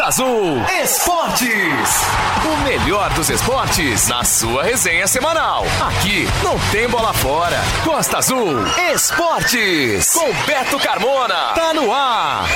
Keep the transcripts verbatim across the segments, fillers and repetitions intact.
Azul Esportes. O melhor dos esportes na sua resenha semanal. Aqui não tem bola fora. Costa Azul Esportes. Com Beto Carmona. Tá no ar.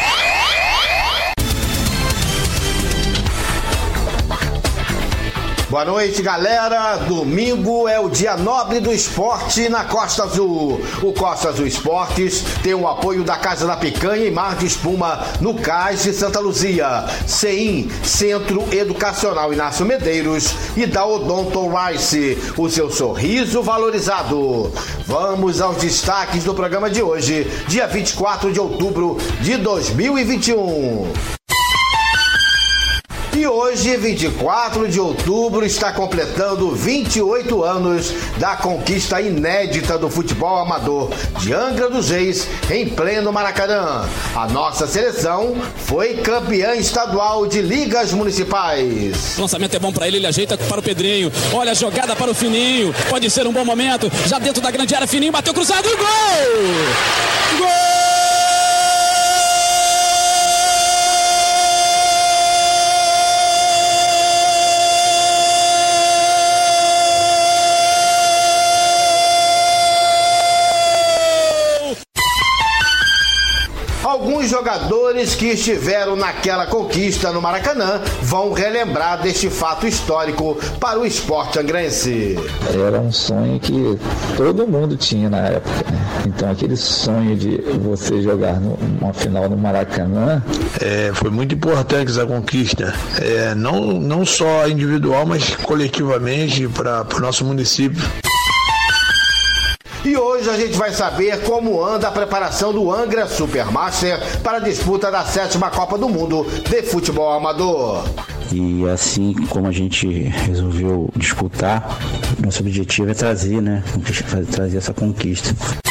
Boa noite, galera. Domingo é o dia nobre do esporte na Costa Azul. O Costa Azul Esportes tem o apoio da Casa da Picanha e Mar de Espuma no Cais de Santa Luzia, C E I M, Centro Educacional Inácio Medeiros, e da Odonto Rice, o seu sorriso valorizado. Vamos aos destaques do programa de hoje, dia vinte e quatro de outubro de dois mil e vinte e um. E hoje, vinte e quatro de outubro, está completando vinte e oito anos da conquista inédita do futebol amador de Angra dos Reis, em pleno Maracanã. A nossa seleção foi campeã estadual de ligas municipais. O lançamento é bom para ele, ele ajeita para o Pedrinho. Olha a jogada para o Fininho. Pode ser um bom momento. Já dentro da grande área, Fininho bateu cruzado e gol! Gol! Alguns jogadores que estiveram naquela conquista no Maracanã vão relembrar deste fato histórico para o esporte angrense. Era um sonho que todo mundo tinha na época, né? Então aquele sonho de você jogar numa final no Maracanã... É, foi muito importante essa conquista, é, não, não só individual, mas coletivamente para o nosso município. E hoje a gente vai saber como anda a preparação do Angra Supermaster para a disputa da sétima Copa do Mundo de futebol amador. E assim como a gente resolveu disputar, nosso objetivo é trazer, né, trazer essa conquista.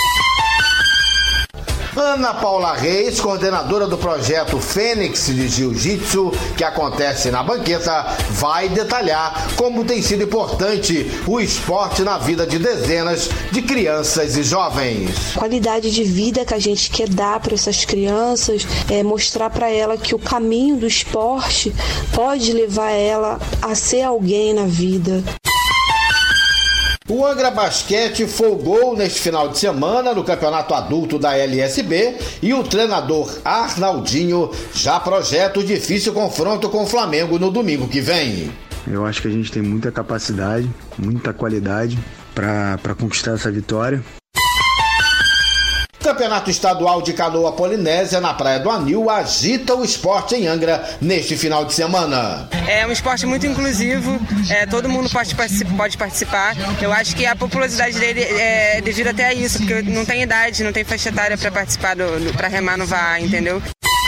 Ana Paula Reis, coordenadora do projeto Fênix de Jiu-Jitsu, que acontece na banqueta, vai detalhar como tem sido importante o esporte na vida de dezenas de crianças e jovens. Qualidade de vida que a gente quer dar para essas crianças, é mostrar para ela que o caminho do esporte pode levar ela a ser alguém na vida. O Angra Basquete folgou neste final de semana no campeonato adulto da L S B e o treinador Arnaldinho já projeta o difícil confronto com o Flamengo no domingo que vem. Eu acho que a gente tem muita capacidade, muita qualidade para conquistar essa vitória. Campeonato Estadual de Canoa Polinésia na Praia do Anil agita o esporte em Angra neste final de semana. É um esporte muito inclusivo, é, todo mundo pode participar, pode participar. Eu acho que a popularidade dele é devido até a isso, porque não tem idade, não tem faixa etária para participar, para remar no V A A, entendeu?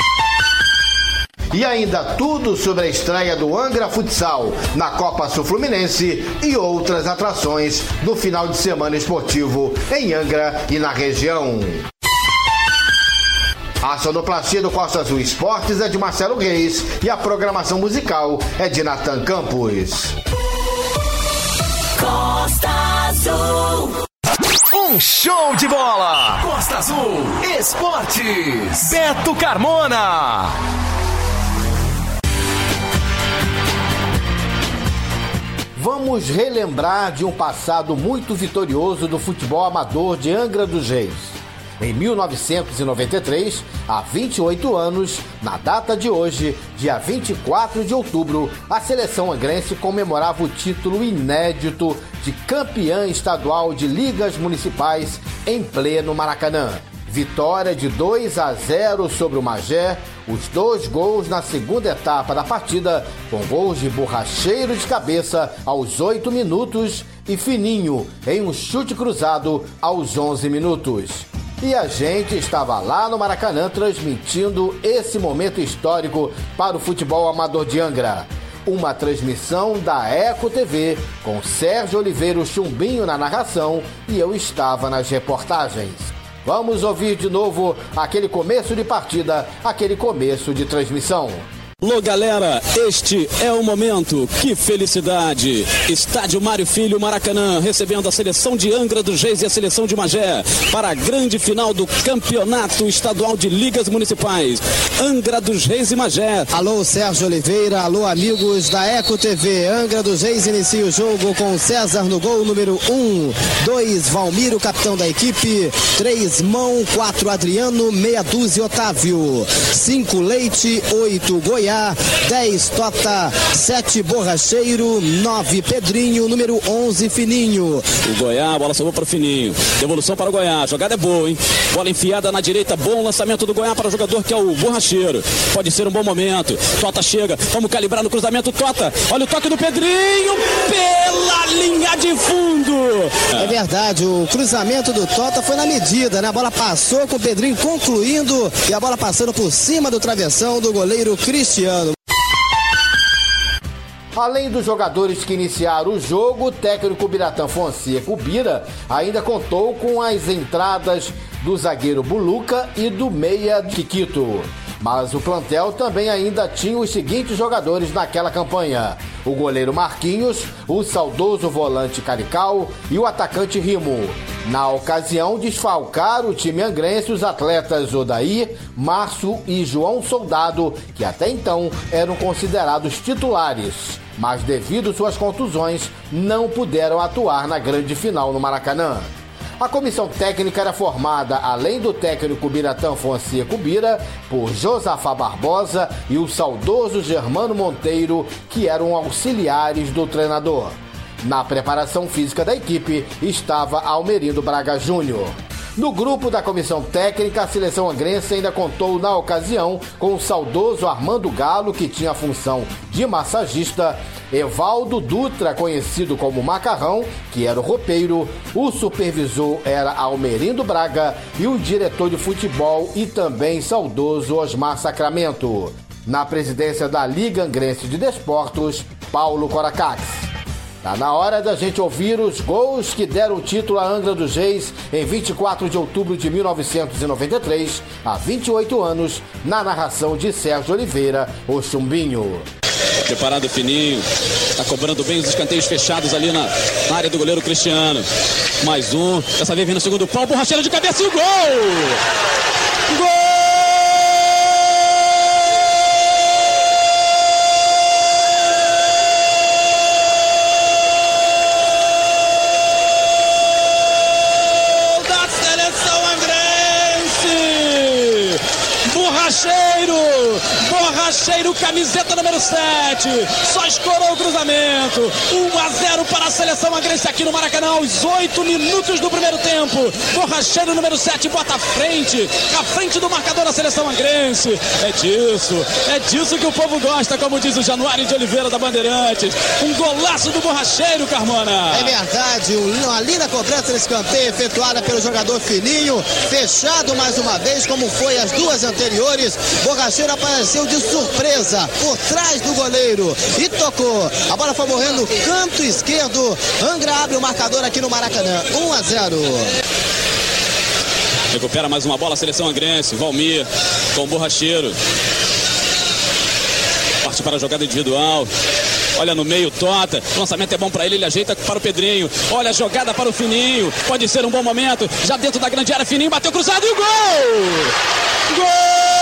E ainda tudo sobre a estreia do Angra Futsal na Copa Sul Fluminense e outras atrações no final de semana esportivo em Angra e na região. A sonoplastia do Costa Azul Esportes é de Marcelo Reis e a programação musical é de Natan Campos. Costa Azul. Um show de bola. Costa Azul Esportes. Beto Carmona. Vamos relembrar de um passado muito vitorioso do futebol amador de Angra dos Reis. Em mil novecentos e noventa e três, há vinte e oito anos, na data de hoje, dia vinte e quatro de outubro, a seleção angrense comemorava o título inédito de campeã estadual de ligas municipais em pleno Maracanã. Vitória de dois a zero sobre o Magé, os dois gols na segunda etapa da partida, com gols de Borracheiro de cabeça aos oito minutos e Fininho em um chute cruzado aos onze minutos. E a gente estava lá no Maracanã transmitindo esse momento histórico para o futebol amador de Angra. Uma transmissão da Eco T V com Sérgio Oliveira Chumbinho na narração e eu estava nas reportagens. Vamos ouvir de novo aquele começo de partida, aquele começo de transmissão. Alô, galera, este é o momento. Que felicidade! Estádio Mário Filho, Maracanã, recebendo a seleção de Angra dos Reis e a seleção de Magé para a grande final do Campeonato Estadual de Ligas Municipais. Angra dos Reis e Magé. Alô, Sérgio Oliveira, alô, amigos da Eco T V. Angra dos Reis inicia o jogo com César no gol, número um. dois, Valmiro, capitão da equipe. três, Mão. quatro, Adriano. Meia dúzia, Otávio. cinco, Leite. oito, Goiás. dez, Tota. sete, Borracheiro. nove, Pedrinho. Número onze, Fininho. O Goiás, a bola sobrou para o Fininho. Devolução para o Goiás. Jogada é boa, hein? Bola enfiada na direita. Bom lançamento do Goiás para o jogador que é o Borracheiro. Pode ser um bom momento. Tota chega. Vamos calibrar no cruzamento. Tota. Olha o toque do Pedrinho. Pela linha de fundo. É verdade. O cruzamento do Tota foi na medida, né? A bola passou com o Pedrinho concluindo e a bola passando por cima do travessão do goleiro Cristiano. Além dos jogadores que iniciaram o jogo, o técnico Biratã Fonseca, o Bira, ainda contou com as entradas do zagueiro Buluca e do meia Kikito. Mas o plantel também ainda tinha os seguintes jogadores naquela campanha: o goleiro Marquinhos, o saudoso volante Carical e o atacante Rimo. Na ocasião, desfalcaram o time angrense os atletas Odair, Márcio e João Soldado, que até então eram considerados titulares, mas devido suas contusões não puderam atuar na grande final no Maracanã. A comissão técnica era formada, além do técnico Biratã Fonseca Bira, por Josafá Barbosa e o saudoso Germano Monteiro, que eram auxiliares do treinador. Na preparação física da equipe estava Almerindo Braga Júnior. No grupo da comissão técnica, a seleção angrense ainda contou, na ocasião, com o saudoso Armando Galo, que tinha a função de massagista, Evaldo Dutra, conhecido como Macarrão, que era o roupeiro, o supervisor era Almerindo Braga e o diretor de futebol e também saudoso Osmar Sacramento. Na presidência da Liga Angrense de Desportos, Paulo Coracax. Tá na hora da gente ouvir os gols que deram o título à Angra dos Reis em vinte e quatro de outubro de mil novecentos e noventa e três, há vinte e oito anos, na narração de Sérgio Oliveira, o Chumbinho. Preparado o Fininho, tá cobrando bem os escanteios fechados ali na, na área do goleiro Cristiano. Mais um, dessa vez vem no segundo pau, Borracheiro de cabeça e o gol! Gol! Borracheiro, Borracheiro, camiseta número sete, só escorou o cruzamento. um a zero para a seleção angrense aqui no Maracanã, aos oito minutos do primeiro tempo. Borracheiro número sete bota à frente, à frente do marcador da seleção angrense. É disso, é disso que o povo gosta, como diz o Januário de Oliveira da Bandeirantes. Um golaço do Borracheiro, Carmona. É verdade, uma linda cobrança de escanteio efetuada pelo jogador Fininho, fechado mais uma vez, como foi as duas anteriores. Borracheiro apareceu de surpresa por trás do goleiro e tocou. A bola foi morrendo no canto esquerdo. Angra abre o marcador aqui no Maracanã, um a zero. Recupera mais uma bola a seleção angrense. Valmir com o Borracheiro. Parte para a jogada individual. Olha no meio, Tota. O lançamento é bom para ele, ele ajeita para o Pedrinho. Olha a jogada para o Fininho. Pode ser um bom momento. Já dentro da grande área, Fininho bateu cruzado e o gol! Gol!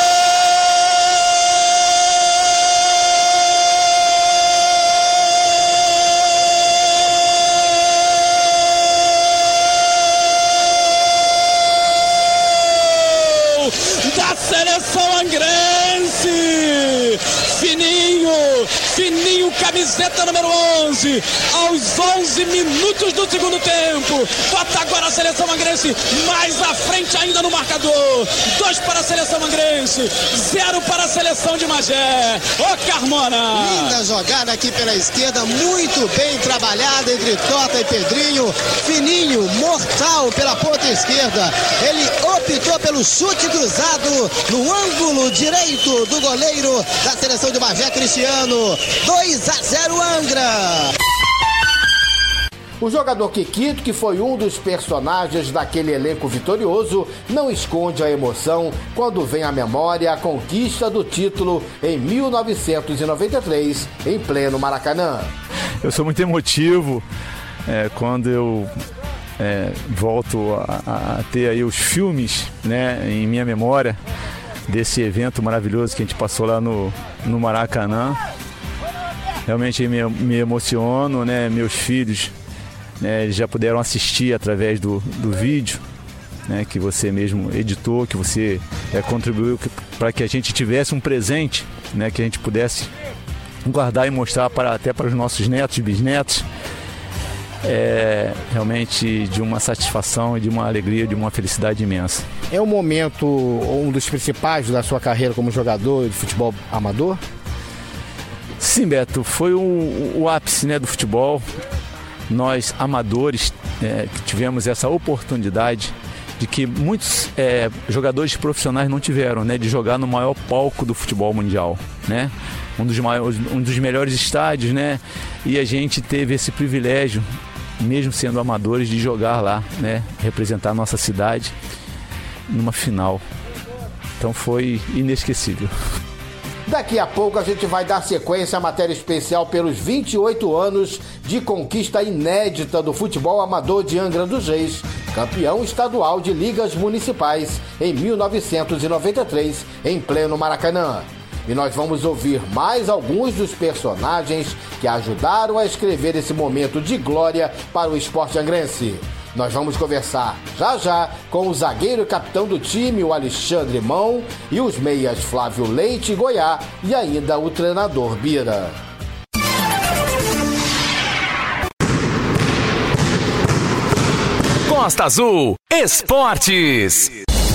Da seleção angrense, Fininho, Fininho, camiseta número onze, aos onze minutos do segundo tempo, bota agora a seleção angrense mais à frente ainda no marcador. Dois para a seleção angrense, zero para a seleção de Magé. Ô Carmona! Linda jogada aqui pela esquerda, muito bem trabalhada entre Tota e Pedrinho. Fininho, mortal pela ponta esquerda, ele optou pelo chute cruzado no ângulo direito do goleiro da seleção de Magé, Cristiano. dois a zero Angra. O jogador Kikito, que foi um dos personagens daquele elenco vitorioso, não esconde a emoção quando vem à memória a conquista do título em mil novecentos e noventa e três, em pleno Maracanã. Eu sou muito emotivo é, quando eu é, volto a, a ter aí os filmes, né, em minha memória desse evento maravilhoso que a gente passou lá no, no Maracanã. Realmente me, me emociono, né? Meus filhos, né, já puderam assistir através do, do vídeo, né, que você mesmo editou, que você é, contribuiu para que a gente tivesse um presente, né, que a gente pudesse guardar e mostrar para, até para os nossos netos e bisnetos. É realmente de uma satisfação, de uma alegria, de uma felicidade imensa. É um momento, um dos principais da sua carreira como jogador de futebol amador? Sim, Beto, foi o, o ápice, né, do futebol. Nós, amadores, é, que tivemos essa oportunidade de que muitos é, jogadores profissionais não tiveram, né, de jogar no maior palco do futebol mundial, né? Um dos, maiores, um dos melhores estádios, né? E a gente teve esse privilégio, mesmo sendo amadores, de jogar lá, né? Representar a nossa cidade numa final. Então foi inesquecível. Daqui a pouco a gente vai dar sequência à matéria especial pelos vinte e oito anos de conquista inédita do futebol amador de Angra dos Reis, campeão estadual de ligas municipais em mil novecentos e noventa e três, em pleno Maracanã. E nós vamos ouvir mais alguns dos personagens que ajudaram a escrever esse momento de glória para o esporte angrense. Nós vamos conversar já já com o zagueiro e capitão do time, o Alexandre Mão, e os meias Flávio Leite e Goiá, e ainda o treinador Bira. Costa Azul Esportes.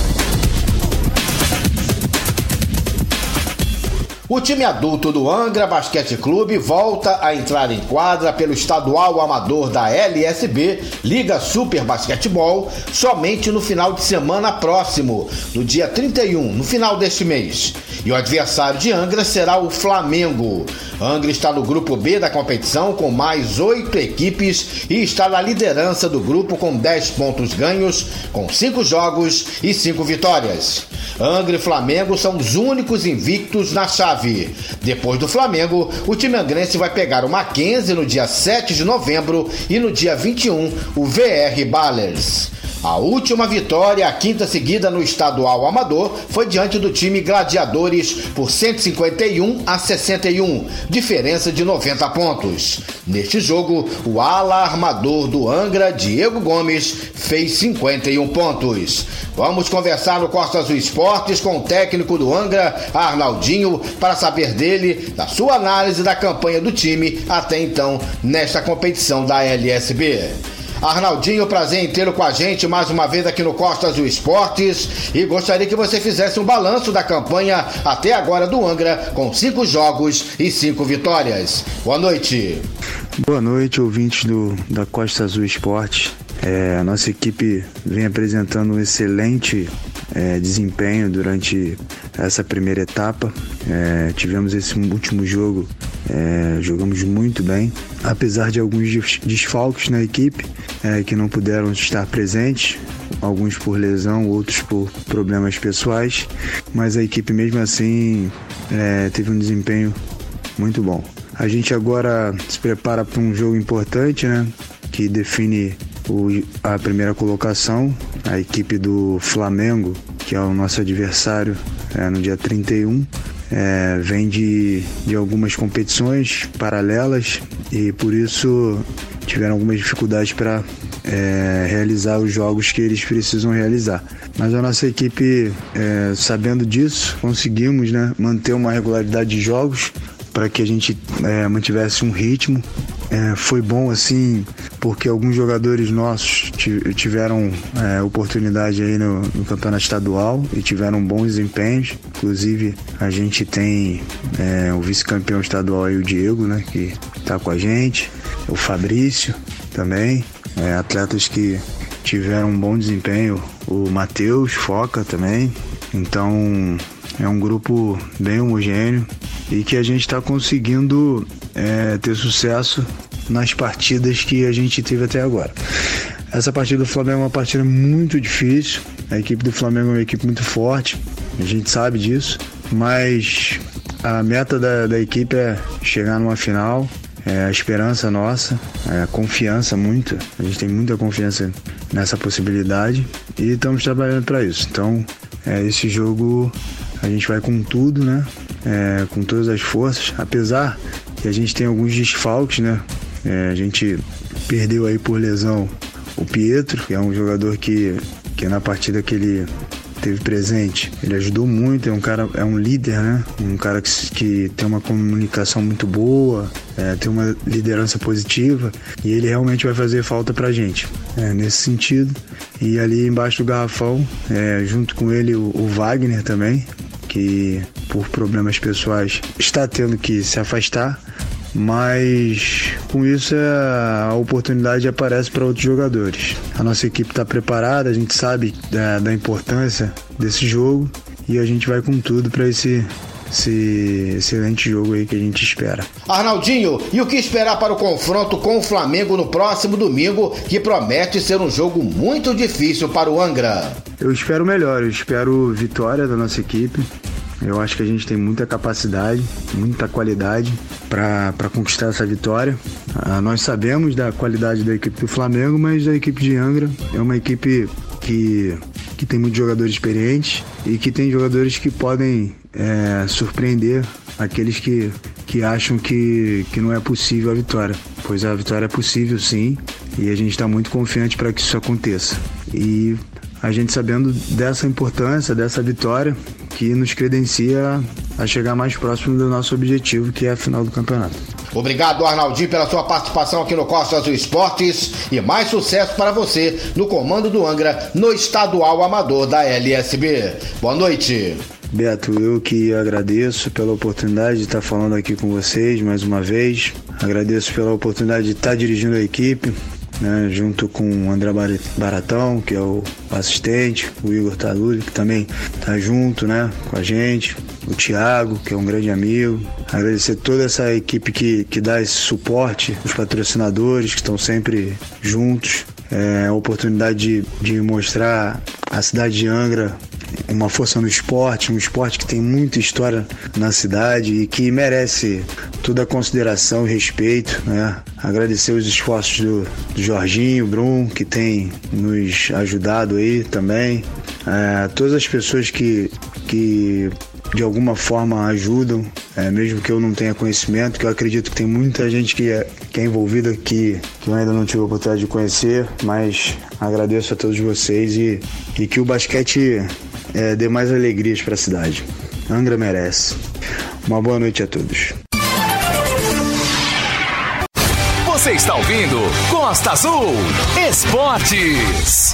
O time adulto do Angra Basquete Clube volta a entrar em quadra pelo estadual amador da L S B, Liga Super Basquetebol, somente no final de semana próximo, no dia trinta e um, no final deste mês. E o adversário de Angra será o Flamengo. Angra está no grupo B da competição com mais oito equipes e está na liderança do grupo com dez pontos ganhos, com cinco jogos e cinco vitórias. Angra e Flamengo são os únicos invictos na chave. Depois do Flamengo, o time angrense vai pegar o Mackenzie no dia sete de novembro e no dia vinte e um o V R Ballers. A última vitória, a quinta seguida no estadual amador, foi diante do time Gladiadores por cento e cinquenta e um a sessenta e um, diferença de noventa pontos. Neste jogo, o ala armador do Angra, Diego Gomes, fez cinquenta e um pontos. Vamos conversar no Costa Azul Esportes com o técnico do Angra, Arnaldinho, para saber dele, da sua análise da campanha do time até então nesta competição da L S B. Arnaldinho, prazer em tê-lo com a gente mais uma vez aqui no Costa Azul Esportes, e gostaria que você fizesse um balanço da campanha até agora do Angra, com cinco jogos e cinco vitórias. Boa noite. Boa noite, ouvintes do, da Costa Azul Esportes. É, a nossa equipe vem apresentando um excelente é, desempenho durante essa primeira etapa. É, tivemos esse último jogo, é, jogamos muito bem, apesar de alguns desfalques na equipe é, que não puderam estar presentes, alguns por lesão, outros por problemas pessoais, mas a equipe mesmo assim é, teve um desempenho muito bom. A gente agora se prepara para um jogo importante, né, que define o, a primeira colocação. A equipe do Flamengo, que é o nosso adversário, é, no dia trinta e um, é, vem de, de algumas competições paralelas e por isso tiveram algumas dificuldades para é, realizar os jogos que eles precisam realizar. Mas a nossa equipe, é, sabendo disso, conseguimos, né, manter uma regularidade de jogos para que a gente é, mantivesse um ritmo. É, foi bom assim, porque alguns jogadores nossos tiveram é, oportunidade aí no, no campeonato estadual e tiveram bons desempenhos. Inclusive a gente tem é, o vice-campeão estadual aí, o Diego, né, que está com a gente, o Fabrício também, é, atletas que tiveram um bom desempenho, o Matheus Foca também. Então é um grupo bem homogêneo e que a gente está conseguindo é, ter sucesso nas partidas que a gente teve até agora. Essa partida do Flamengo é uma partida muito difícil, a equipe do Flamengo é uma equipe muito forte, a gente sabe disso, mas a meta da, da equipe é chegar numa final, é a esperança nossa, é a confiança muito, a gente tem muita confiança nessa possibilidade e estamos trabalhando para isso. Então, é, esse jogo a gente vai com tudo, né? É, com todas as forças, apesar que a gente tem alguns desfalques, né? É, a gente perdeu aí por lesão o Pietro, que é um jogador que, que na partida que ele teve presente, ele ajudou muito, é um cara, é um líder, né? Um cara que, que tem uma comunicação muito boa, é, tem uma liderança positiva e ele realmente vai fazer falta pra gente, é, nesse sentido. E ali embaixo do garrafão, é, junto com ele o, o Wagner também, que por problemas pessoais está tendo que se afastar, mas com isso a oportunidade aparece para outros jogadores. A nossa equipe está preparada, a gente sabe da, da importância desse jogo e a gente vai com tudo para esse, esse excelente jogo aí que a gente espera. Arnaldinho, e o que esperar para o confronto com o Flamengo no próximo domingo, que promete ser um jogo muito difícil para o Angra? Eu espero melhor, eu espero vitória da nossa equipe. Eu acho que a gente tem muita capacidade, muita qualidade para conquistar essa vitória. Ah, nós sabemos da qualidade da equipe do Flamengo, mas a equipe de Angra é uma equipe que, que tem muitos jogadores experientes e que tem jogadores que podem é, surpreender aqueles que, que acham que, que não é possível a vitória. Pois a vitória é possível sim, e a gente está muito confiante para que isso aconteça. E a gente sabendo dessa importância, dessa vitória, que nos credencia a chegar mais próximo do nosso objetivo, que é a final do campeonato. Obrigado, Arnaldinho, pela sua participação aqui no Costa Azul Esportes e mais sucesso para você no comando do Angra no estadual amador da L S B. Boa noite. Beto, eu que agradeço pela oportunidade de estar falando aqui com vocês mais uma vez. Agradeço pela oportunidade de estar dirigindo a equipe, né, junto com o André Baratão, que é o assistente, o Igor Taluri, que também está junto, né, com a gente, o Thiago, que é um grande amigo. Agradecer toda essa equipe que, que dá esse suporte, os patrocinadores que estão sempre juntos. É a oportunidade de, de mostrar a cidade de Angra uma força no esporte, um esporte que tem muita história na cidade e que merece toda a consideração e respeito, né? Agradecer os esforços do, do Jorginho, Brum, que tem nos ajudado aí também. É, todas as pessoas que, que de alguma forma ajudam, é, mesmo que eu não tenha conhecimento, que eu acredito que tem muita gente que é, que é envolvida que, que eu ainda não tive a oportunidade de conhecer, mas agradeço a todos vocês e, e que o basquete é, dê mais alegrias para a cidade. Angra merece. Uma boa noite a todos. Você está ouvindo Costa Azul Esportes.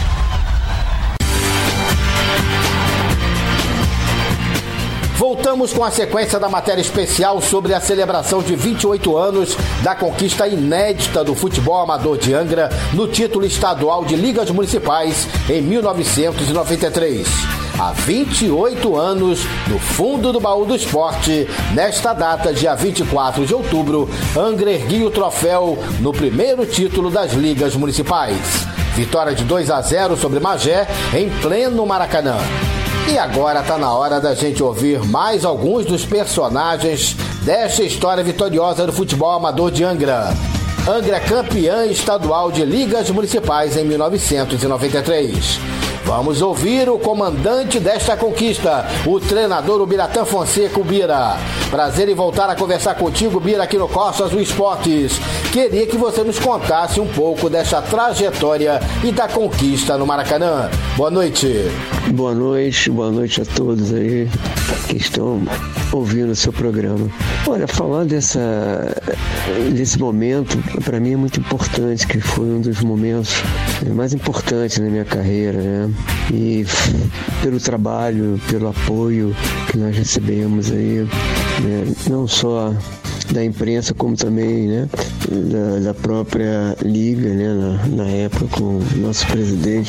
Voltamos com a sequência da matéria especial sobre a celebração de vinte e oito anos da conquista inédita do futebol amador de Angra no título estadual de ligas municipais em mil novecentos e noventa e três. Há vinte e oito anos, no fundo do baú do esporte, nesta data, dia vinte e quatro de outubro, Angra erguia o troféu no primeiro título das ligas municipais. Vitória de dois a zero sobre Magé em pleno Maracanã. E agora tá na hora da gente ouvir mais alguns dos personagens desta história vitoriosa do futebol amador de Angra. Angra campeã estadual de ligas municipais em mil novecentos e noventa e três. Vamos ouvir o comandante desta conquista, o treinador Ubiratã Fonseca. Ubira, prazer em voltar a conversar contigo, Ubira, aqui no Costa Azul Esportes. Queria que você nos contasse um pouco dessa trajetória e da conquista no Maracanã. Boa noite. Boa noite, boa noite a todos aí que estão ouvindo o seu programa. Olha, falar dessa, desse momento, para mim é muito importante, que foi um dos momentos mais importantes na minha carreira, né? E pelo trabalho, pelo apoio que nós recebemos aí, né? Não só da imprensa, como também, né, da, da própria liga, né, na, na época, com o nosso presidente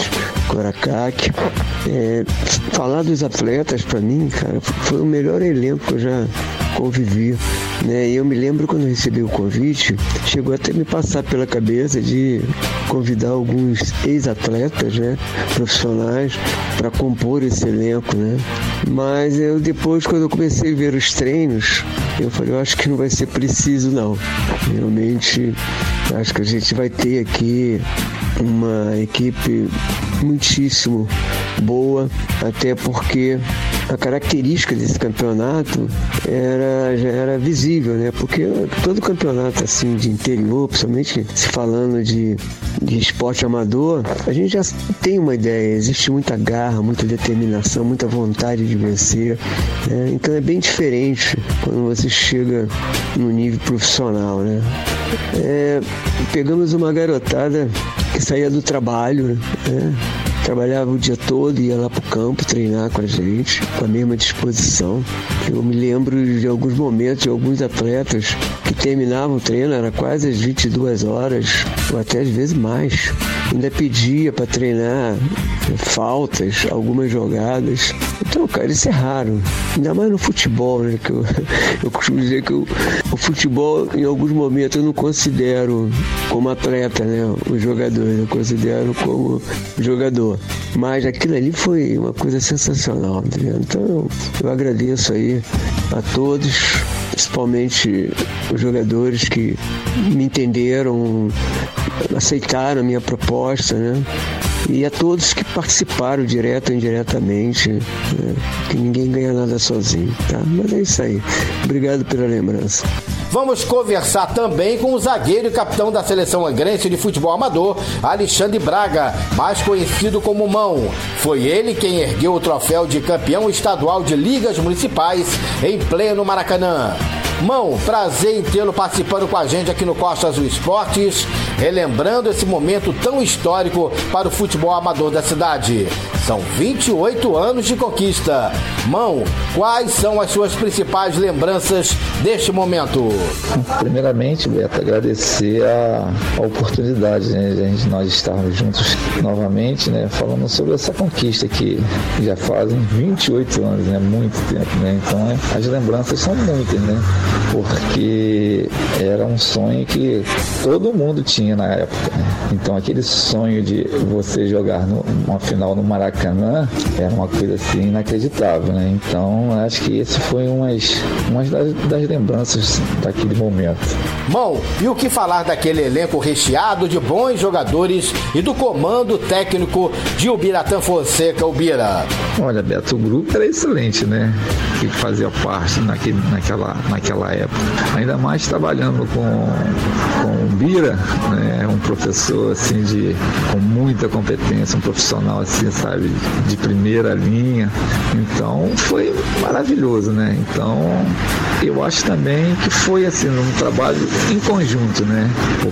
Coracaque. É, falar dos atletas, para mim, cara, foi o melhor elenco que eu já convivi, né? E eu me lembro quando eu recebi o convite, chegou até me passar pela cabeça de convidar alguns ex-atletas, né, profissionais, para compor esse elenco, né? Mas eu depois, quando eu comecei a ver os treinos, eu falei, eu acho que não vai ser preciso, não. Realmente, acho que a gente vai ter aqui uma equipe muitíssimo boa, até porque a característica desse campeonato era, já era visível, né? Porque todo campeonato assim de interior, principalmente se falando de, de esporte amador, a gente já tem uma ideia, existe muita garra, muita determinação, muita vontade de vencer, né? Então é bem diferente quando você chega no nível profissional, né? É, pegamos uma garotada que saía do trabalho, né? Trabalhava o dia todo, ia lá pro campo treinar com a gente, com a mesma disposição. Eu me lembro de alguns momentos de alguns atletas que terminavam o treino, era quase às vinte e duas horas, ou até às vezes mais. Ainda pedia para treinar faltas, algumas jogadas. Então, cara, isso é raro. Ainda mais no futebol, né? Que eu, eu costumo dizer que eu, o futebol, em alguns momentos, eu não considero como atleta, né? O jogador, eu considero como jogador. Mas aquilo ali foi uma coisa sensacional, tá vendo? Então, eu, eu agradeço aí a todos, principalmente os jogadores que me entenderam, aceitaram a minha proposta, né? E a todos que participaram direto ou indiretamente, né? Que ninguém ganha nada sozinho, tá? Mas é isso aí. Obrigado pela lembrança. Vamos conversar também com o zagueiro e capitão da seleção angrense de futebol amador, Alexandre Braga, mais conhecido como Mão. Foi ele quem ergueu o troféu de campeão estadual de ligas municipais em pleno Maracanã. Mão, prazer em tê-lo participando com a gente aqui no Costa Azul Esportes, relembrando esse momento tão histórico para o futebol amador da cidade. São vinte e oito anos de conquista. Mão, quais são as suas principais lembranças deste momento? Primeiramente, Beto, agradecer a, a oportunidade, né, de a gente, nós estarmos juntos novamente, né, falando sobre essa conquista que já fazem vinte e oito anos, né, muito tempo, né, então é, as lembranças são muitas, né, porque era um sonho que todo mundo tinha na época, né? Então aquele sonho de você jogar no, uma final no Maracanã era uma coisa assim inacreditável, né? Então acho que esse foi umas, umas das, das lembranças daquele momento. Bom, e o que falar daquele elenco recheado de bons jogadores e do comando técnico de Ubiratã Fonseca, Ubira? Olha, Beto, o grupo era excelente, né? Que fazia parte naquele, naquela, naquela época. Ainda mais trabalhando com, com o Ubira, né? Um professor assim de, com muita competência, um profissional assim, sabe, de primeira linha. Então foi maravilhoso, né? Então eu acho também que foi assim um trabalho em conjunto, né?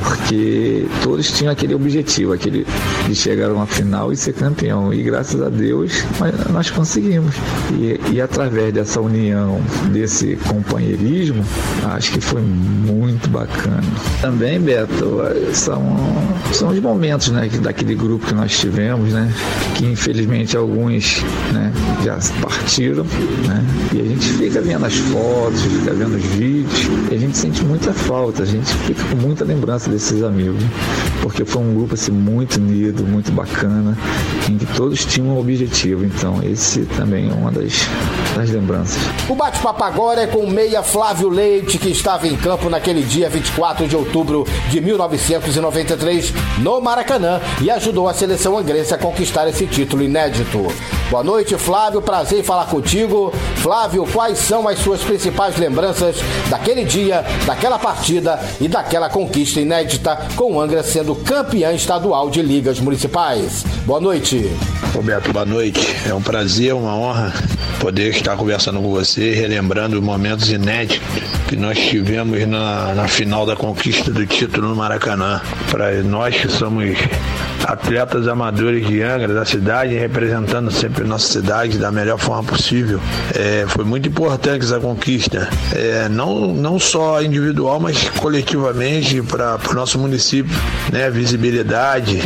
Porque todos tinham aquele objetivo, aquele de chegar a uma final e ser campeão. E graças a Deus nós conseguimos. E, e através dessa união, desse companheirismo, acho que foi muito bacana. Também, Beto, são, são os momentos, né, daquele grupo que nós tivemos, né? Que infelizmente alguns, né, já partiram, né? E a gente fica vendo as fotos, fica vendo os vídeos, e a gente sente muita falta, a gente fica com muita lembrança desses amigos, porque foi um grupo assim, muito unido, muito bacana, em que todos tinham um objetivo. Então esse também é uma das, das lembranças. O bate-papo agora é com o meia Flávio Leite, que estava em campo naquele dia vinte e quatro de outubro de mil novecentos e noventa e três no Maracanã e ajudou a seleção angrense a conquistar esse título inédito. Boa noite, Flávio, prazer em falar contigo. Flávio, quais são as suas principais lembranças daquele dia, daquela partida e daquela conquista inédita, com o Angra sendo campeã estadual de ligas municipais? Boa noite. Roberto, boa noite. É um prazer, uma honra poder estar conversando com você, relembrando momentos inéditos que nós tivemos na, na final da conquista do título no Maracanã. Para nós que somos atletas amadores de Angra, da cidade, representando sempre a nossa cidade da melhor forma possível. É, foi muito importante essa conquista, é, não, não só individual, mas coletivamente para o nosso município, né? Visibilidade,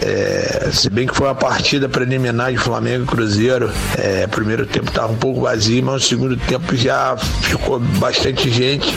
é, se bem que foi uma partida preliminar de Flamengo e Cruzeiro, é, primeiro tempo estava um pouco vazio, mas no segundo tempo já ficou bastante gente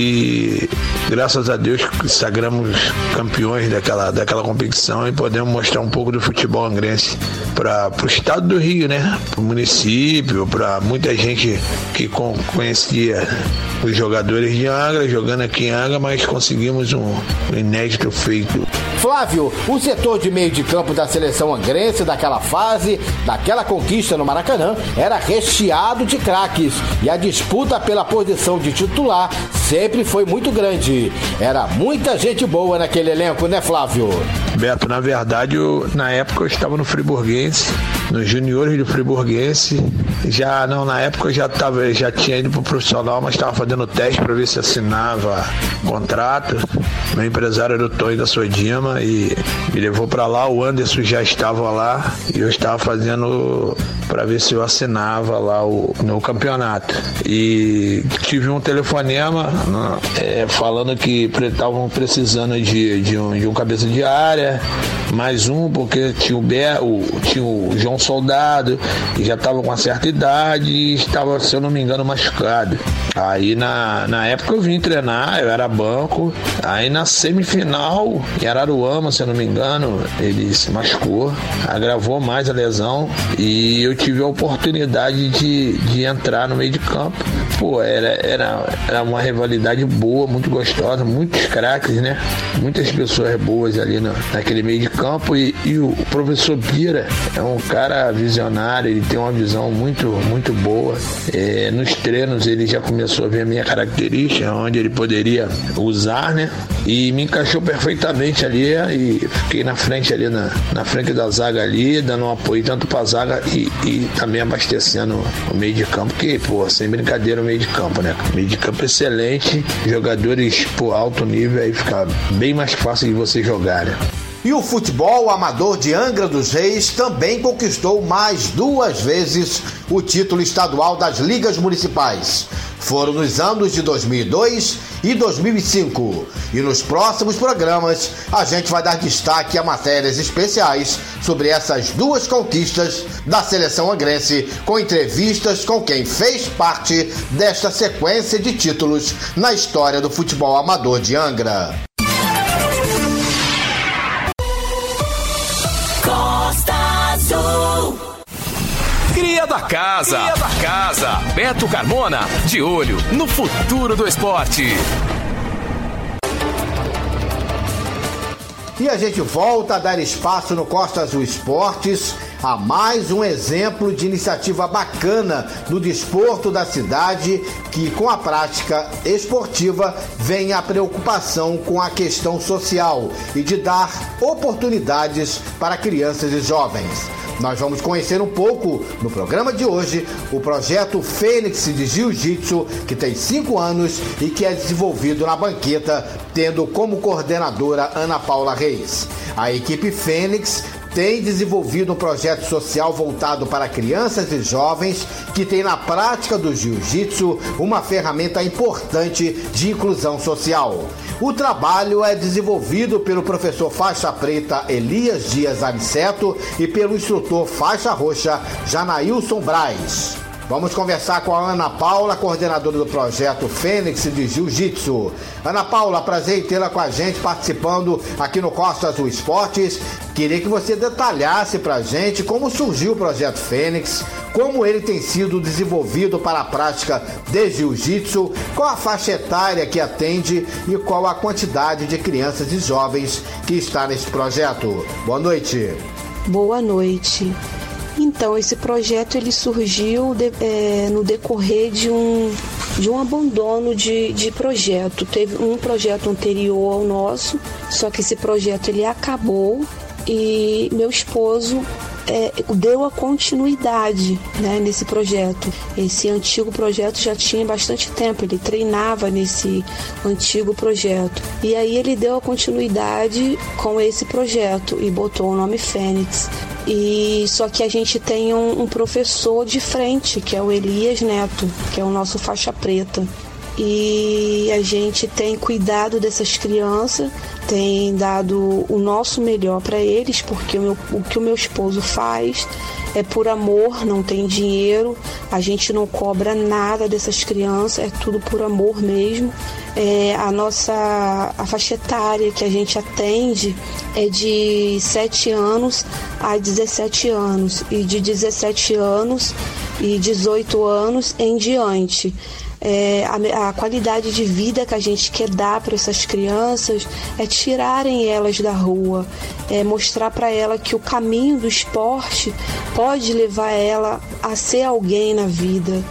e graças a Deus sagramos campeões daquela, daquela competição e podemos mostrar um pouco do futebol angrense para o estado do Rio, né? Para o município, para muita gente que com, conhecia os jogadores de Angra, jogando aqui em Angra, mas conseguimos um, um inédito feito. Flávio, o setor de meio de campo da seleção angrense daquela fase, daquela conquista no Maracanã, era recheado de craques e a disputa pela posição de titular sempre foi muito grande. Era muita gente boa naquele elenco, né, Flávio? Beto, na verdade, eu, na época eu estava no Friburguense, nos juniores do Friburguense. Já não, na época eu já tava, já tinha ido pro profissional, mas estava fazendo teste para ver se assinava contrato. Meu empresário era o Tony da Sodima e me levou para lá. O Anderson já estava lá e eu estava fazendo para ver se eu assinava lá o, no campeonato. E tive um telefonema é, falando que estavam precisando de, de, um, de um cabeça de área, mais um, porque tinha o, Be, o, tinha o João Soldado, que já estava com uma certa idade e estava, se eu não me engano, machucado. Aí na, na época eu vim treinar, eu era banco. Aí na semifinal, em Araruama, se eu não me engano, ele se machucou, agravou mais a lesão e eu tive a oportunidade de, de entrar no meio de campo. Pô, era, era, era uma rivalidade boa, muito gostosa, muitos craques, né? Muitas pessoas boas ali no, naquele meio de campo e, e o professor Bira é um cara visionário, ele tem uma visão muito, muito boa. É, nos treinos ele já começou a ver a minha característica, onde ele poderia usar, né? E me encaixou perfeitamente ali e fiquei na frente ali, na, na frente da zaga ali, dando um apoio tanto pra zaga e, e também abastecendo o meio de campo, que, pô, sem brincadeira o meio de campo, né? Meio de campo excelente, jogadores por alto nível, aí fica bem mais fácil de você jogar, né? E o futebol amador de Angra dos Reis também conquistou mais duas vezes o título estadual das ligas municipais. Foram nos anos de dois mil e dois e dois mil e cinco. E nos próximos programas a gente vai dar destaque a matérias especiais sobre essas duas conquistas da seleção angrense, com entrevistas com quem fez parte desta sequência de títulos na história do futebol amador de Angra. Costa Azul. Cria da casa. Cria da casa. Beto Carmona, de olho no futuro do esporte. E a gente volta a dar espaço no Costa Azul Esportes a mais um exemplo de iniciativa bacana no desporto da cidade, que com a prática esportiva vem a preocupação com a questão social e de dar oportunidades para crianças e jovens. Nós vamos conhecer um pouco, no programa de hoje, o projeto Fênix de Jiu-Jitsu, que tem cinco anos e que é desenvolvido na Banqueta, tendo como coordenadora Ana Paula Reis. A equipe Fênix tem desenvolvido um projeto social voltado para crianças e jovens que tem na prática do jiu-jitsu uma ferramenta importante de inclusão social. O trabalho é desenvolvido pelo professor faixa preta Elias Dias Aniceto e pelo instrutor faixa roxa Janailson Braz. Vamos conversar com a Ana Paula, coordenadora do projeto Fênix de Jiu-Jitsu. Ana Paula, prazer em tê-la com a gente participando aqui no Costa Azul Esportes. Queria que você detalhasse pra gente como surgiu o projeto Fênix, como ele tem sido desenvolvido para a prática de Jiu-Jitsu, qual a faixa etária que atende e qual a quantidade de crianças e jovens que está nesse projeto. Boa noite. Boa noite. Então, esse projeto ele surgiu de, é, no decorrer de um, de um abandono de, de projeto. Teve um projeto anterior ao nosso, só que esse projeto ele acabou e meu esposo é, deu a continuidade, né, nesse projeto. Esse antigo projeto já tinha bastante tempo, ele treinava nesse antigo projeto. E aí ele deu a continuidade com esse projeto e botou o nome Fênix. E só que a gente tem um, um professor de frente, que é o Elias Neto, que é o nosso faixa preta. E a gente tem cuidado dessas crianças, tem dado o nosso melhor para eles, porque o, meu, o que o meu esposo faz é por amor, não tem dinheiro, a gente não cobra nada dessas crianças, é tudo por amor mesmo. É, a nossa a faixa etária que a gente atende é de sete anos a dezessete anos, e de dezessete anos e dezoito anos em diante. É, a, a qualidade de vida que a gente quer dar para essas crianças é tirarem elas da rua, é mostrar para ela que o caminho do esporte pode levar ela a ser alguém na vida.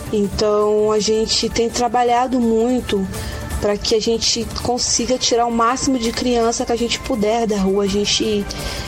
Então a gente tem trabalhado muito para que a gente consiga tirar o máximo de criança que a gente puder da rua. A gente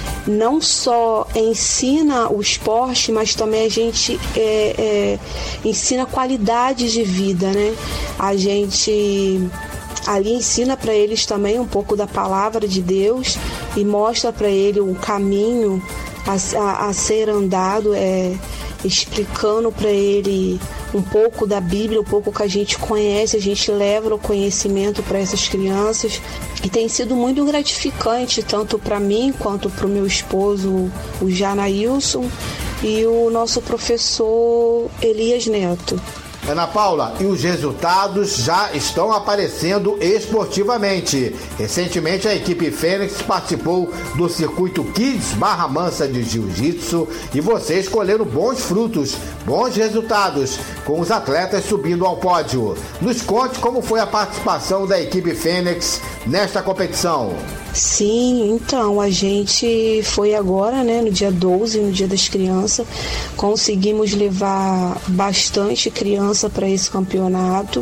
não só ensina o esporte, mas também a gente é, é, ensina qualidade de vida, né? A gente ali ensina para eles também um pouco da palavra de Deus e mostra para ele o caminho a, a, a ser andado, é, explicando para ele um pouco da Bíblia, um pouco que a gente conhece, a gente leva o conhecimento para essas crianças, e tem sido muito gratificante tanto para mim quanto para o meu esposo, o Janailson, e o nosso professor Elias Neto. Ana Paula, e os resultados já estão aparecendo esportivamente. Recentemente, a equipe Fênix participou do circuito Kids Barra Mansa de Jiu-Jitsu e vocês colheram bons frutos, bons resultados, com os atletas subindo ao pódio. Nos conte como foi a participação da equipe Fênix nesta competição. Sim, então, a gente foi agora, né, no dia doze, no Dia das Crianças, conseguimos levar bastante criança para esse campeonato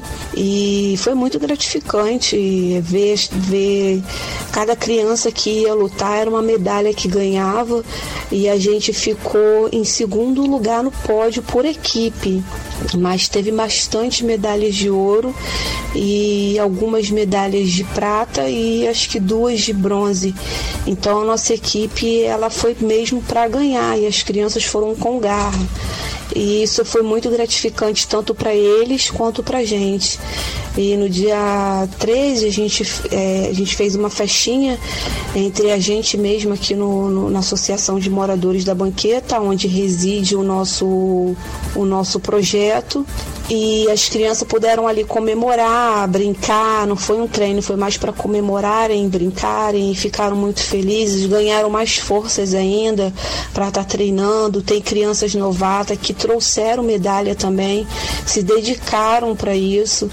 e foi muito gratificante ver, ver cada criança que ia lutar, era uma medalha que ganhava, e a gente ficou em segundo lugar no pódio por equipe, mas teve bastante medalhas de ouro e algumas medalhas de prata e acho que duas de bronze. Então a nossa equipe ela foi mesmo para ganhar e as crianças foram com garra. E isso foi muito gratificante tanto para eles quanto para a gente. E no dia treze a gente, é, a gente fez uma festinha entre a gente mesmo aqui no, no, na Associação de Moradores da Banqueta, onde reside o nosso, o nosso projeto. E as crianças puderam ali comemorar, brincar, não foi um treino, foi mais para comemorarem, brincarem, e ficaram muito felizes, ganharam mais forças ainda para estar treinando. Tem crianças novatas que trouxeram medalha também, se dedicaram para isso,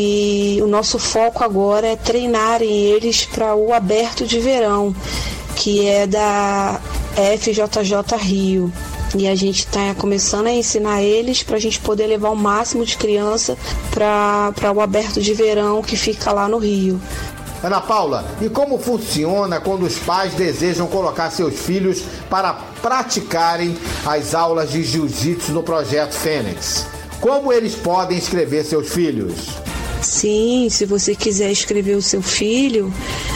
e o nosso foco agora é treinarem eles para o aberto de verão, que é da F J J Rio. E a gente está começando a ensinar eles para a gente poder levar o máximo de criança para o aberto de verão que fica lá no Rio. Ana Paula, e como funciona quando os pais desejam colocar seus filhos para praticarem as aulas de jiu-jitsu no Projeto Fênix? Como eles podem inscrever seus filhos? Sim, se você quiser inscrever o seu filho,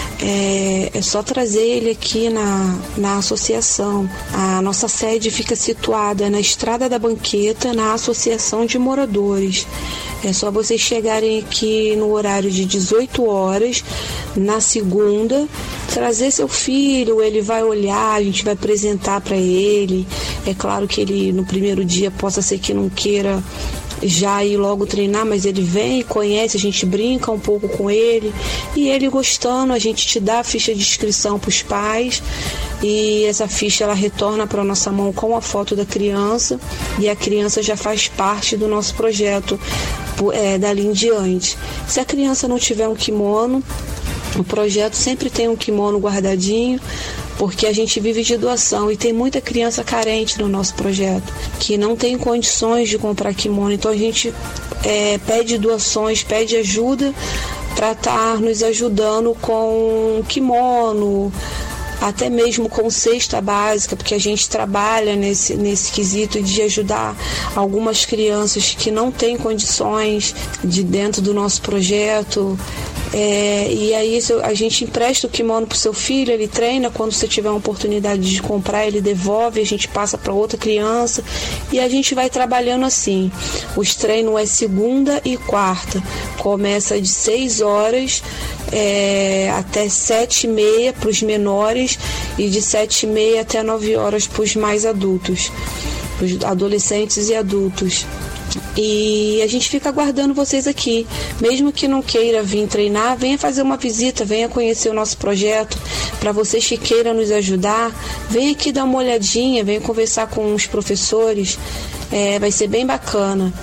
é, é só trazer ele aqui na, na associação. A nossa sede fica situada na Estrada da Banqueta, na Associação de Moradores. É só vocês chegarem aqui no horário de dezoito horas, na segunda, trazer seu filho, ele vai olhar, a gente vai apresentar para ele. É claro que ele no primeiro dia possa ser que não queira já ir logo treinar, mas ele vem, conhece, a gente brinca um pouco com ele, e ele gostando, a gente te dá a ficha de inscrição para os pais, e essa ficha ela retorna para a nossa mão com a foto da criança, e a criança já faz parte do nosso projeto é, dali em diante. Se a criança não tiver um kimono, o projeto sempre tem um kimono guardadinho, porque a gente vive de doação e tem muita criança carente no nosso projeto, que não tem condições de comprar kimono. Então a gente é, pede doações, pede ajuda para estar nos ajudando com kimono, até mesmo com cesta básica, porque a gente trabalha nesse, nesse quesito de ajudar algumas crianças que não têm condições de dentro do nosso projeto. É, e aí a gente empresta o kimono pro seu filho, ele treina, quando você tiver uma oportunidade de comprar, ele devolve, a gente passa para outra criança e a gente vai trabalhando assim. Os treinos é segunda e quarta, começa de seis horas é, até sete e meia para os menores e de sete e meia até nove horas para os mais adultos, os adolescentes e adultos. E a gente fica aguardando vocês aqui. Mesmo que não queira vir treinar, venha fazer uma visita, venha conhecer o nosso projeto. Para vocês que queiram nos ajudar, venha aqui dar uma olhadinha, venha conversar com os professores. É, vai ser bem bacana.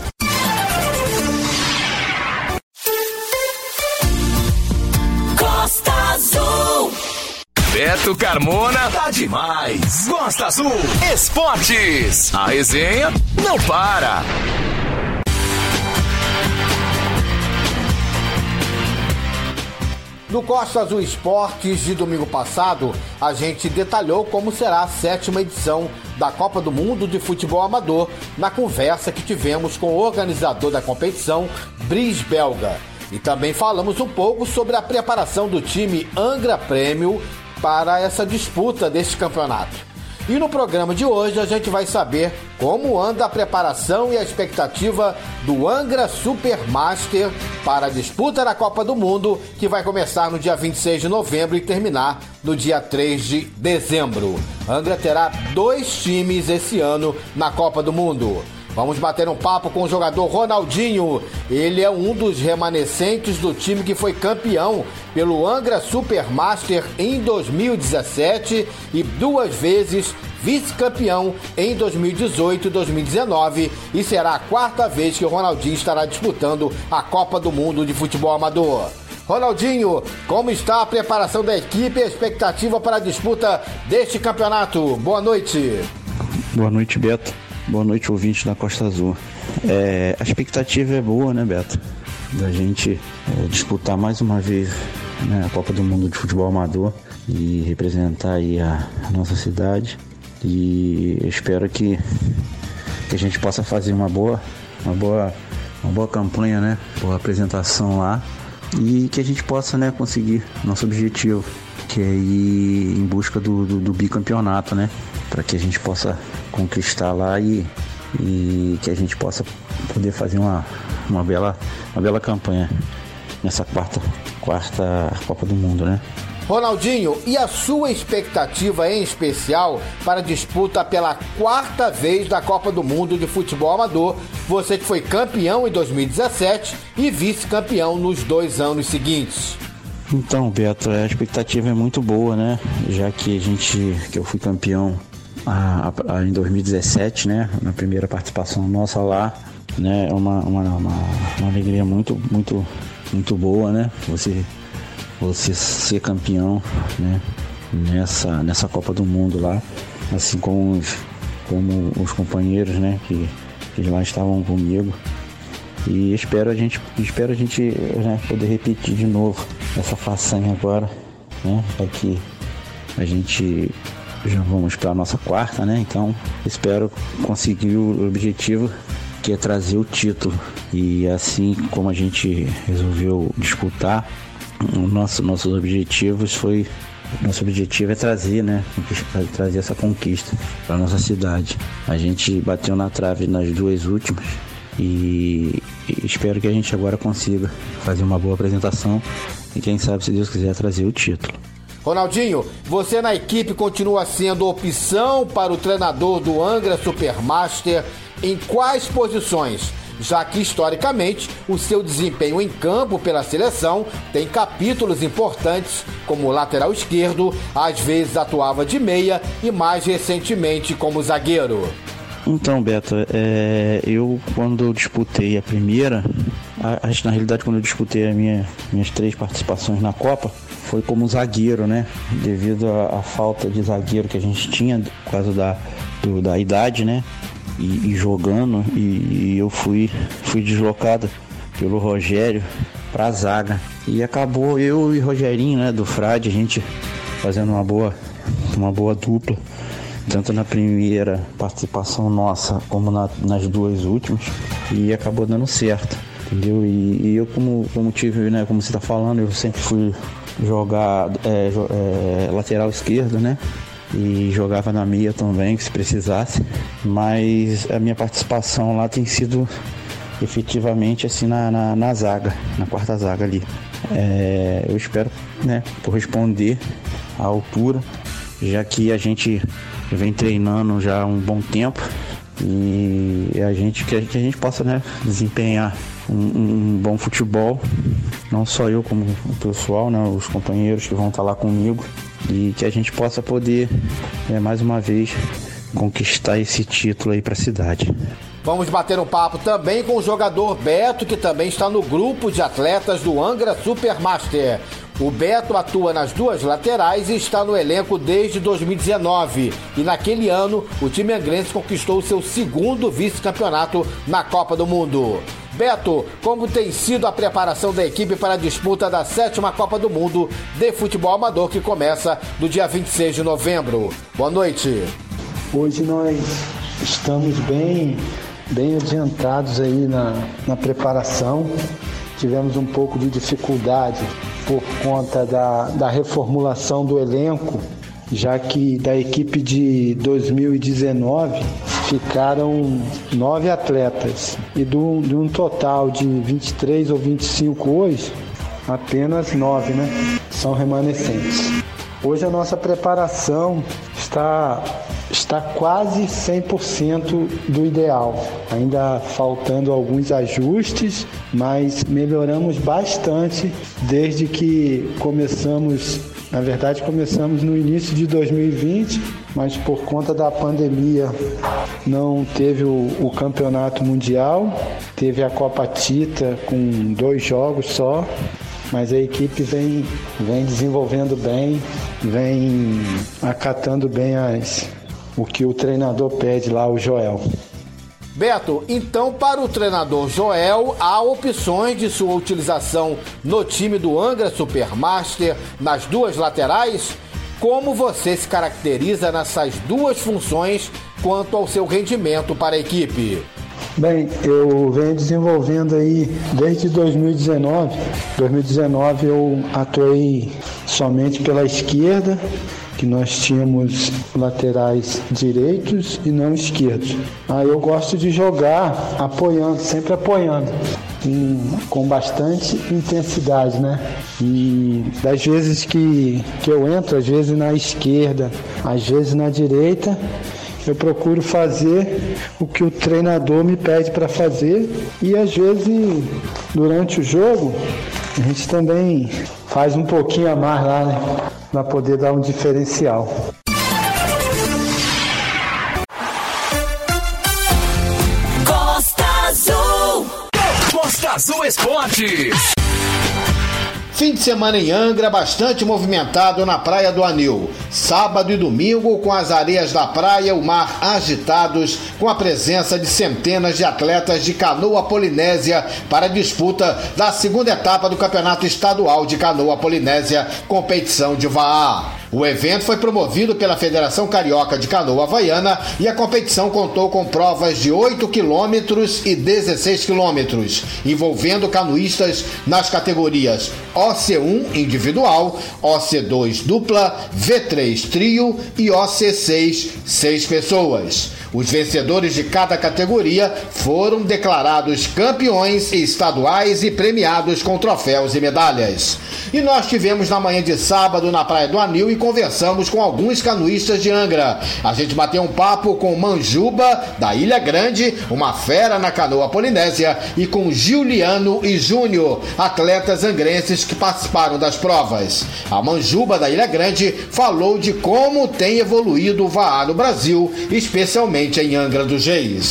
Costa Azul. Beto Carmona tá demais. Costa Azul Esportes. A resenha não para. No Costa Azul Esportes de domingo passado, a gente detalhou como será a sétima edição da Copa do Mundo de Futebol Amador na conversa que tivemos com o organizador da competição, Briz Belga. E também falamos um pouco sobre a preparação do time Angra Prêmio para essa disputa deste campeonato. E no programa de hoje a gente vai saber como anda a preparação e a expectativa do Angra Supermaster para a disputa da Copa do Mundo, que vai começar no dia vinte e seis de novembro e terminar no dia três de dezembro. Angra terá dois times esse ano na Copa do Mundo. Vamos bater um papo com o jogador Ronaldinho. Ele é um dos remanescentes do time que foi campeão pelo Angra Supermaster em dois mil e dezessete e duas vezes vice-campeão em dois mil e dezoito e dois mil e dezenove, e será a quarta vez que o Ronaldinho estará disputando a Copa do Mundo de Futebol Amador. Ronaldinho, como está a preparação da equipe e a expectativa para a disputa deste campeonato? Boa noite. Boa noite, Beto. Boa noite, ouvinte da Costa Azul. É, a expectativa é boa, né, Beto? Da gente é, disputar mais uma vez, né, a Copa do Mundo de Futebol Amador e representar aí a, a nossa cidade. E eu espero que, que a gente possa fazer uma boa, uma boa, uma boa campanha, né? Boa apresentação lá. E que a gente possa, né, conseguir nosso objetivo, que é ir em busca do, do, do bicampeonato, né? Para que a gente possa conquistar lá e, e que a gente possa poder fazer uma, uma, bela, uma bela campanha nessa quarta, quarta Copa do Mundo, né? Ronaldinho, e a sua expectativa em especial para a disputa pela quarta vez da Copa do Mundo de Futebol Amador? Você que foi campeão em dois mil e dezessete e vice-campeão nos dois anos seguintes. Então, Beto, a expectativa é muito boa, né? Já que a gente, que eu fui campeão a, a, em dois mil e dezessete, né? Na primeira participação nossa lá, né? É uma, uma, uma, uma alegria muito, muito, muito boa, né? Você, você ser campeão, né? Nessa, nessa Copa do Mundo lá, assim como os, como os companheiros, né? Que, que lá estavam comigo. E espero a gente, espero a gente né, poder repetir de novo essa façanha agora, né? Aqui a gente já vamos para a nossa quarta, né? Então espero conseguir o objetivo, que é trazer o título. E assim como a gente resolveu disputar, o nosso, nossos objetivos foi nosso objetivo é trazer, né? Trazer essa conquista para nossa cidade. A gente bateu na trave nas duas últimas. E espero que a gente agora consiga fazer uma boa apresentação e quem sabe, se Deus quiser, trazer o título. Ronaldinho, você na equipe continua sendo opção para o treinador do Angra Supermaster em quais posições? Já que, historicamente, o seu desempenho em campo pela seleção tem capítulos importantes, como lateral esquerdo, às vezes atuava de meia e mais recentemente como zagueiro. Então, Beto, é, eu quando eu disputei a primeira, a, a, na realidade quando eu disputei as minha, minhas três participações na Copa, foi como zagueiro, né? Devido à falta de zagueiro que a gente tinha, por causa da, do, da idade, né? E, e jogando, e, e eu fui, fui deslocado pelo Rogério para a zaga. E acabou eu e o Rogerinho, né, do Frade, a gente fazendo uma boa, uma boa dupla, tanto na primeira participação nossa como na, nas duas últimas, e acabou dando certo, entendeu? E, e eu como, como tive, né, como você está falando, eu sempre fui jogar é, é, lateral esquerdo, né? E jogava na meia também, se precisasse, mas a minha participação lá tem sido efetivamente assim na, na, na zaga, na quarta zaga ali. É, eu espero, né, corresponder à altura, já que a gente vem treinando já há um bom tempo e a gente que a gente, que a gente possa, né, desempenhar um, um bom futebol, não só eu como o pessoal, né, os companheiros que vão estar lá comigo, e que a gente possa poder, é, mais uma vez, conquistar esse título aí para a cidade. Vamos bater um papo também com o jogador Beto, que também está no grupo de atletas do Angra Supermaster. O Beto atua nas duas laterais e está no elenco desde dois mil e dezenove. E naquele ano, o time angrense conquistou seu segundo vice-campeonato na Copa do Mundo. Beto, como tem sido a preparação da equipe para a disputa da sétima Copa do Mundo de futebol amador, que começa no dia vinte e seis de novembro? Boa noite. Hoje nós estamos bem, bem adiantados aí na, na preparação. Tivemos um pouco de dificuldade por conta da, da reformulação do elenco, já que da equipe de dois mil e dezenove ficaram nove atletas e do, de um total de vinte e três ou vinte e cinco hoje, apenas nove, né, são remanescentes. Hoje a nossa preparação está, está quase cem por cento do ideal, ainda faltando alguns ajustes, mas melhoramos bastante desde que começamos. Na verdade, começamos no início de dois mil e vinte, mas por conta da pandemia não teve o, o campeonato mundial, teve a Copa Tita com dois jogos só, mas a equipe vem, vem desenvolvendo bem, vem acatando bem as, o que o treinador pede lá, o Joel. Beto, então para o treinador Joel, há opções de sua utilização no time do Angra Supermaster nas duas laterais? Como você se caracteriza nessas duas funções quanto ao seu rendimento para a equipe? Bem, eu venho desenvolvendo aí desde dois mil e dezenove. dois mil e dezenove eu atuei somente pela esquerda, que nós tínhamos laterais direitos e não esquerdos. Aí eu gosto de jogar apoiando, sempre apoiando, em, com bastante intensidade, né? E das vezes que, que eu entro, às vezes na esquerda, às vezes na direita, eu procuro fazer o que o treinador me pede para fazer, e às vezes durante o jogo a gente também faz um pouquinho a mais lá, né? Para poder dar um diferencial. Costa Azul. Costa Azul Esportes. Fim de semana em Angra, bastante movimentado na Praia do Anil. Sábado e domingo, com as areias da praia e o mar agitados, com a presença de centenas de atletas de canoa polinésia para a disputa da segunda etapa do Campeonato Estadual de Canoa Polinésia, competição de Vaá. O evento foi promovido pela Federação Carioca de Canoa Havaiana e a competição contou com provas de oito quilômetros e dezesseis quilômetros, envolvendo canoístas nas categorias O C um individual, O C dois dupla, V três trio e O C seis seis pessoas. Os vencedores de cada categoria foram declarados campeões estaduais e premiados com troféus e medalhas. E nós tivemos na manhã de sábado na Praia do Anil e conversamos com alguns canoístas de Angra. A gente bateu um papo com Manjuba, da Ilha Grande, uma fera na canoa polinésia, e com Giuliano e Júnior, atletas angrenses que participaram das provas. A Manjuba, da Ilha Grande, falou de como tem evoluído o Vaá no Brasil, especialmente em Angra dos Reis.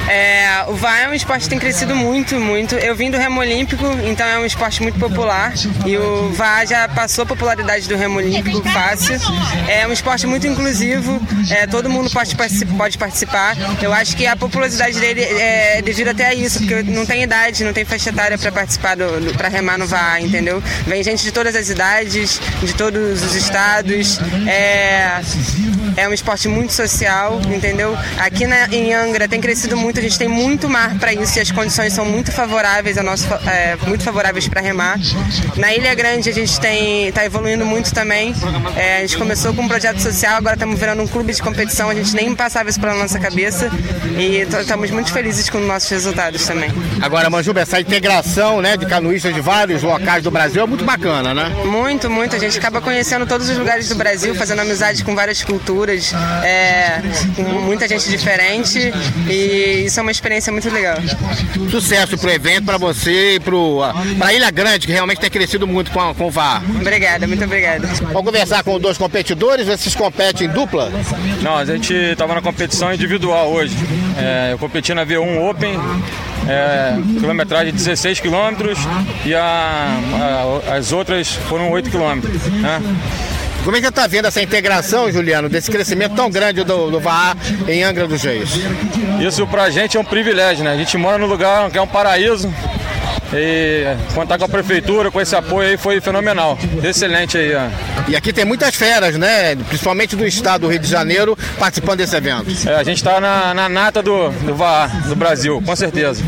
É, o V A R é um esporte que tem crescido muito, muito. Eu vim do remo olímpico, então é um esporte muito popular. E o V A R já passou a popularidade do remo olímpico fácil. É um esporte muito inclusivo, é, todo mundo pode, pode participar. Eu acho que a popularidade dele é devido até a isso, porque não tem idade, não tem faixa etária para participar, do, do, para remar no V A R, entendeu? Vem gente de todas as idades, de todos os estados. É, é um esporte muito social, entendeu? Aqui na, em Angra tem crescido muito, a gente tem muito mar para isso e as condições são muito favoráveis a nosso, é, muito favoráveis para remar. Na Ilha Grande a gente tem está evoluindo muito também. É, a gente começou com um projeto social, agora estamos virando um clube de competição, a gente nem passava isso pela nossa cabeça e estamos muito felizes com nossos resultados também. Agora, Manjuba, essa integração, né, de canoístas de vários locais do Brasil é muito bacana, né? Muito, muito. A gente acaba conhecendo todos os lugares do Brasil, fazendo amizade com várias culturas, é, com muita gente diferente e isso é uma experiência muito legal. Sucesso pro evento, para você e pro, pra Ilha Grande, que realmente tem crescido muito com, a, com o V A R. Obrigada, muito obrigada. Vamos conversar com dois competidores, vocês competem em dupla? Não, a gente estava na competição individual hoje. É, eu competi na V um Open, é, quilometragem de dezesseis quilômetros e a, a, as outras foram oito quilômetros, né? Como é que você está vendo essa integração, Juliano, desse crescimento tão grande do, do V A R em Angra dos Reis? Isso pra gente é um privilégio, né? A gente mora num lugar que é um paraíso. E contar com a prefeitura, com esse apoio aí foi fenomenal, excelente aí. Ó. E aqui tem muitas feras, né, principalmente do estado do Rio de Janeiro, participando desse evento. É, a gente está na, na nata do, do V A R, do Brasil, com certeza.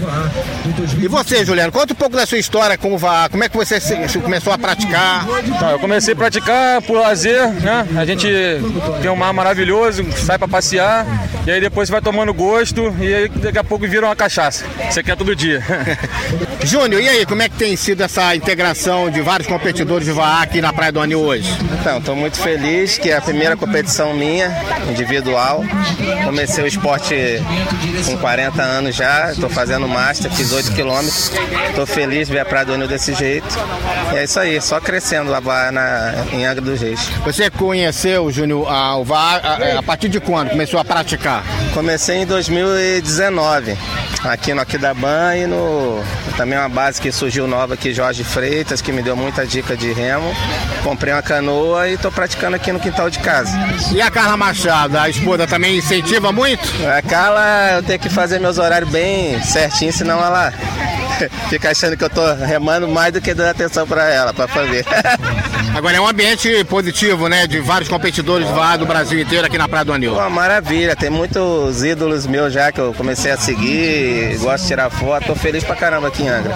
E você, Juliano, conta um pouco da sua história com o V A R, como é que você se, começou a praticar? Tá, eu comecei a praticar por lazer, né, a gente tem um mar maravilhoso, sai para passear, e aí depois você vai tomando gosto, e aí daqui a pouco vira uma cachaça, você quer todo dia. Júnior, e aí, como é que tem sido essa integração de vários competidores de V A R aqui na Praia do Anil hoje? Então, estou muito feliz que é a primeira competição minha, individual. Comecei o esporte com quarenta anos já, estou fazendo master, fiz oito quilômetros. Estou feliz de ver a Praia do Anil desse jeito. E é isso aí, só crescendo lá na, em Angra dos Reis. Você conheceu, Júnior, a, o V A R a, a partir de quando começou a praticar? Comecei em dois mil e dezenove, aqui no Aquidaban e no... Também uma base que surgiu nova aqui, Jorge Freitas, que me deu muita dica de remo. Comprei uma canoa e estou praticando aqui no quintal de casa. E a Carla Machado, a esposa, também incentiva muito? A Carla, eu tenho que fazer meus horários bem certinho, senão ela fica achando que eu estou remando mais do que dando atenção para ela, para fazer. Agora é um ambiente positivo, né? De vários competidores do V A R do Brasil inteiro aqui na Praia do Anil. Uma maravilha, tem muitos ídolos meus já que eu comecei a seguir, gosto de tirar foto, tô feliz pra caramba aqui em Angra.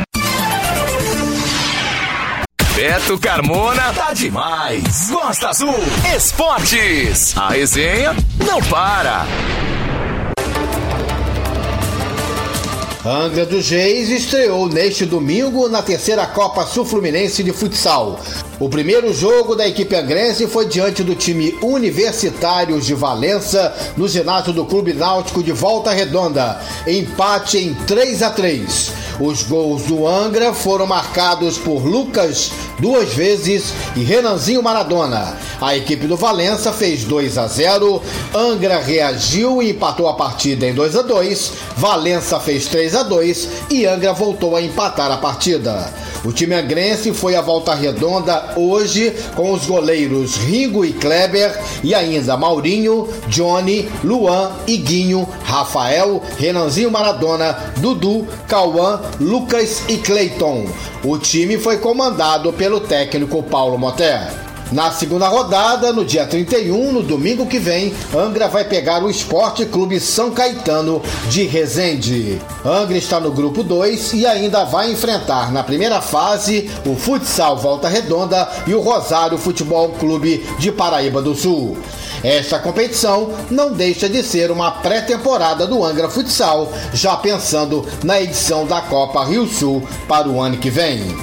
Beto Carmona tá demais. Costa Azul Esportes. A resenha não para. Angra dos Reis estreou neste domingo na terceira Copa Sul-Fluminense de Futsal. O primeiro jogo da equipe angrense foi diante do time Universitários de Valença, no ginásio do Clube Náutico de Volta Redonda. Empate em três a três. Os gols do Angra foram marcados por Lucas duas vezes e Renanzinho Maradona. A equipe do Valença fez dois a zero, Angra reagiu e empatou a partida em dois a dois, Valença fez três a dois e Angra voltou a empatar a partida. O time angrense foi à Volta Redonda hoje com os goleiros Ringo e Kleber e ainda Maurinho, Johnny, Luan, Iguinho, Rafael, Renanzinho Maradona, Dudu, Cauã, Lucas e Cleiton. O time foi comandado pelo técnico Paulo Motter. Na segunda rodada, no dia trinta e um, no domingo que vem, Angra vai pegar o Esporte Clube São Caetano de Resende. Angra está no grupo dois e ainda vai enfrentar na primeira fase o Futsal Volta Redonda e o Rosário Futebol Clube de Paraíba do Sul. Esta competição não deixa de ser uma pré-temporada do Angra Futsal, já pensando na edição da Copa Rio Sul para o ano que vem.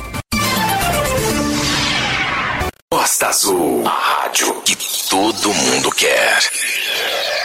Costa Azul, a rádio que todo mundo quer.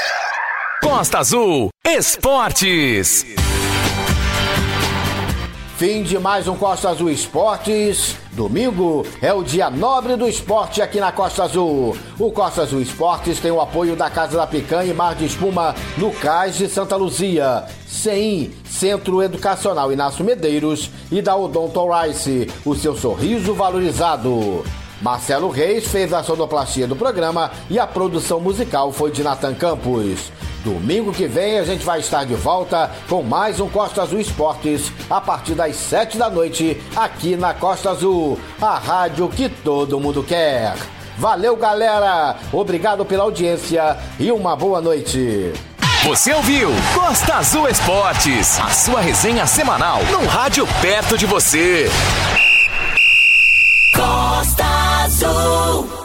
Costa Azul Esportes. Fim de mais um Costa Azul Esportes. Domingo é o dia nobre do esporte aqui na Costa Azul. O Costa Azul Esportes tem o apoio da Casa da Picanha e Mar de Espuma no Cais de Santa Luzia, C E I, Centro Educacional Inácio Medeiros, e da Odonto Rice, o seu sorriso valorizado. Marcelo Reis fez a sonoplastia do programa e a produção musical foi de Nathan Campos. Domingo que vem a gente vai estar de volta com mais um Costa Azul Esportes a partir das sete da noite aqui na Costa Azul, a rádio que todo mundo quer. Valeu, galera! Obrigado pela audiência e uma boa noite. Você ouviu Costa Azul Esportes, a sua resenha semanal num rádio perto de você.